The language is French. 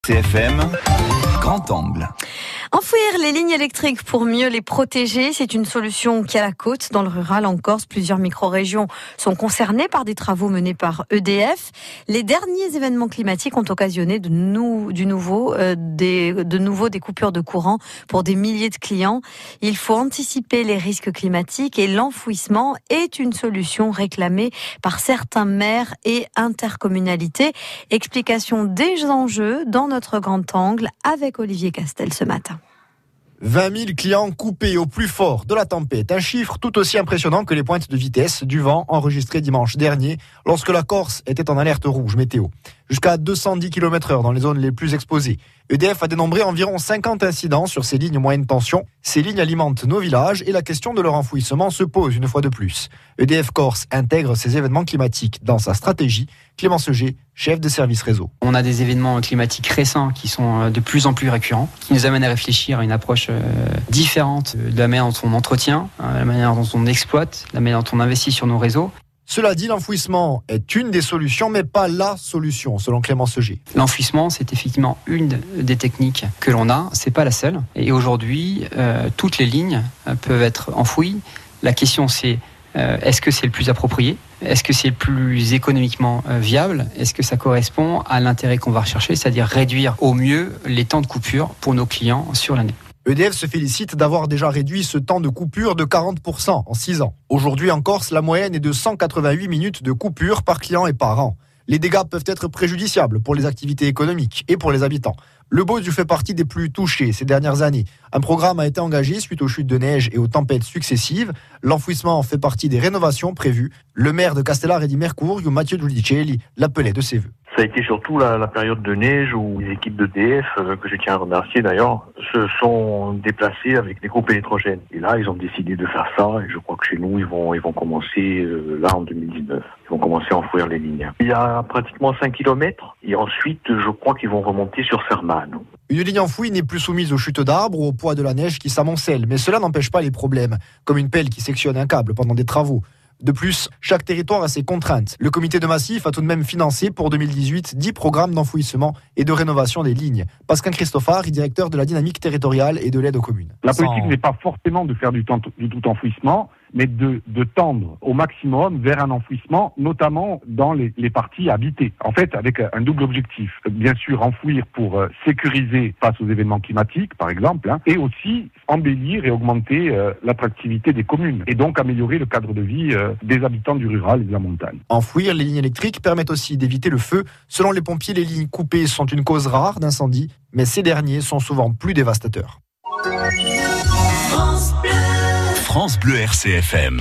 CFM, Grand Angle. Enfouir les lignes électriques pour mieux les protéger, c'est une solution qui est à la côte. Dans le rural, en Corse, plusieurs micro-régions sont concernées par des travaux menés par EDF. Les derniers événements climatiques ont occasionné de nouveau des coupures de courant pour des milliers de clients. Il faut anticiper les risques climatiques et l'enfouissement est une solution réclamée par certains maires et intercommunalités. Explication des enjeux dans notre Grand Angle avec Olivier Castel ce matin. 20 000 clients coupés au plus fort de la tempête. Un chiffre tout aussi impressionnant que les pointes de vitesse du vent enregistrées dimanche dernier lorsque la Corse était en alerte rouge météo. Jusqu'à 210 km/h dans les zones les plus exposées. EDF a dénombré environ 50 incidents sur ces lignes moyenne tension. Ces lignes alimentent nos villages et la question de leur enfouissement se pose une fois de plus. EDF Corse intègre ces événements climatiques dans sa stratégie. Clément Seger, chef de service réseau. On a des événements climatiques récents qui sont de plus en plus récurrents, qui nous amènent à réfléchir à une approche différente de la manière dont on entretient, la manière dont on exploite, la manière dont on investit sur nos réseaux. Cela dit, l'enfouissement est une des solutions, mais pas la solution, selon Clément Seger. L'enfouissement, c'est effectivement une des techniques que l'on a, c'est pas la seule. Et aujourd'hui, toutes les lignes peuvent être enfouies. La question, c'est est-ce que c'est le plus approprié ? Est-ce que c'est le plus économiquement viable ? Est-ce que ça correspond à l'intérêt qu'on va rechercher, c'est-à-dire réduire au mieux les temps de coupure pour nos clients sur l'année ? EDF se félicite d'avoir déjà réduit ce temps de coupure de 40% en 6 ans. Aujourd'hui en Corse, la moyenne est de 188 minutes de coupure par client et par an. Les dégâts peuvent être préjudiciables pour les activités économiques et pour les habitants. Le Baudu fait partie des plus touchés ces dernières années. Un programme a été engagé suite aux chutes de neige et aux tempêtes successives. L'enfouissement fait partie des rénovations prévues. Le maire de Castellare di Mercurio, Matteo Giudicelli, l'appelait de ses vœux. Ça a été surtout la période de neige où les équipes d'EDF, que je tiens à remercier d'ailleurs, se sont déplacées avec des groupes électrogènes. Et là, ils ont décidé de faire ça et je crois que chez nous, ils vont commencer là en 2019. Ils vont commencer à enfouir les lignes. Il y a pratiquement 5 km et ensuite, je crois qu'ils vont remonter sur Fermane. Une ligne enfouie n'est plus soumise aux chutes d'arbres ou au poids de la neige qui s'amoncelle, mais cela n'empêche pas les problèmes, comme une pelle qui sectionne un câble pendant des travaux. De plus, chaque territoire a ses contraintes. Le comité de massif a tout de même financé pour 2018 10 programmes d'enfouissement et de rénovation des lignes. Pascal Christophard, directeur de la dynamique territoriale et de l'aide aux communes. La politique n'est pas forcément de faire du tout enfouissement, mais de tendre au maximum vers un enfouissement, notamment dans les parties habitées. En fait, avec un double objectif. Bien sûr, enfouir pour sécuriser face aux événements climatiques, par exemple, et aussi embellir et augmenter l'attractivité des communes, et donc améliorer le cadre de vie des habitants du rural et de la montagne. Enfouir les lignes électriques permet aussi d'éviter le feu. Selon les pompiers, les lignes coupées sont une cause rare d'incendie, mais ces derniers sont souvent plus dévastateurs. France Bleu RCFM.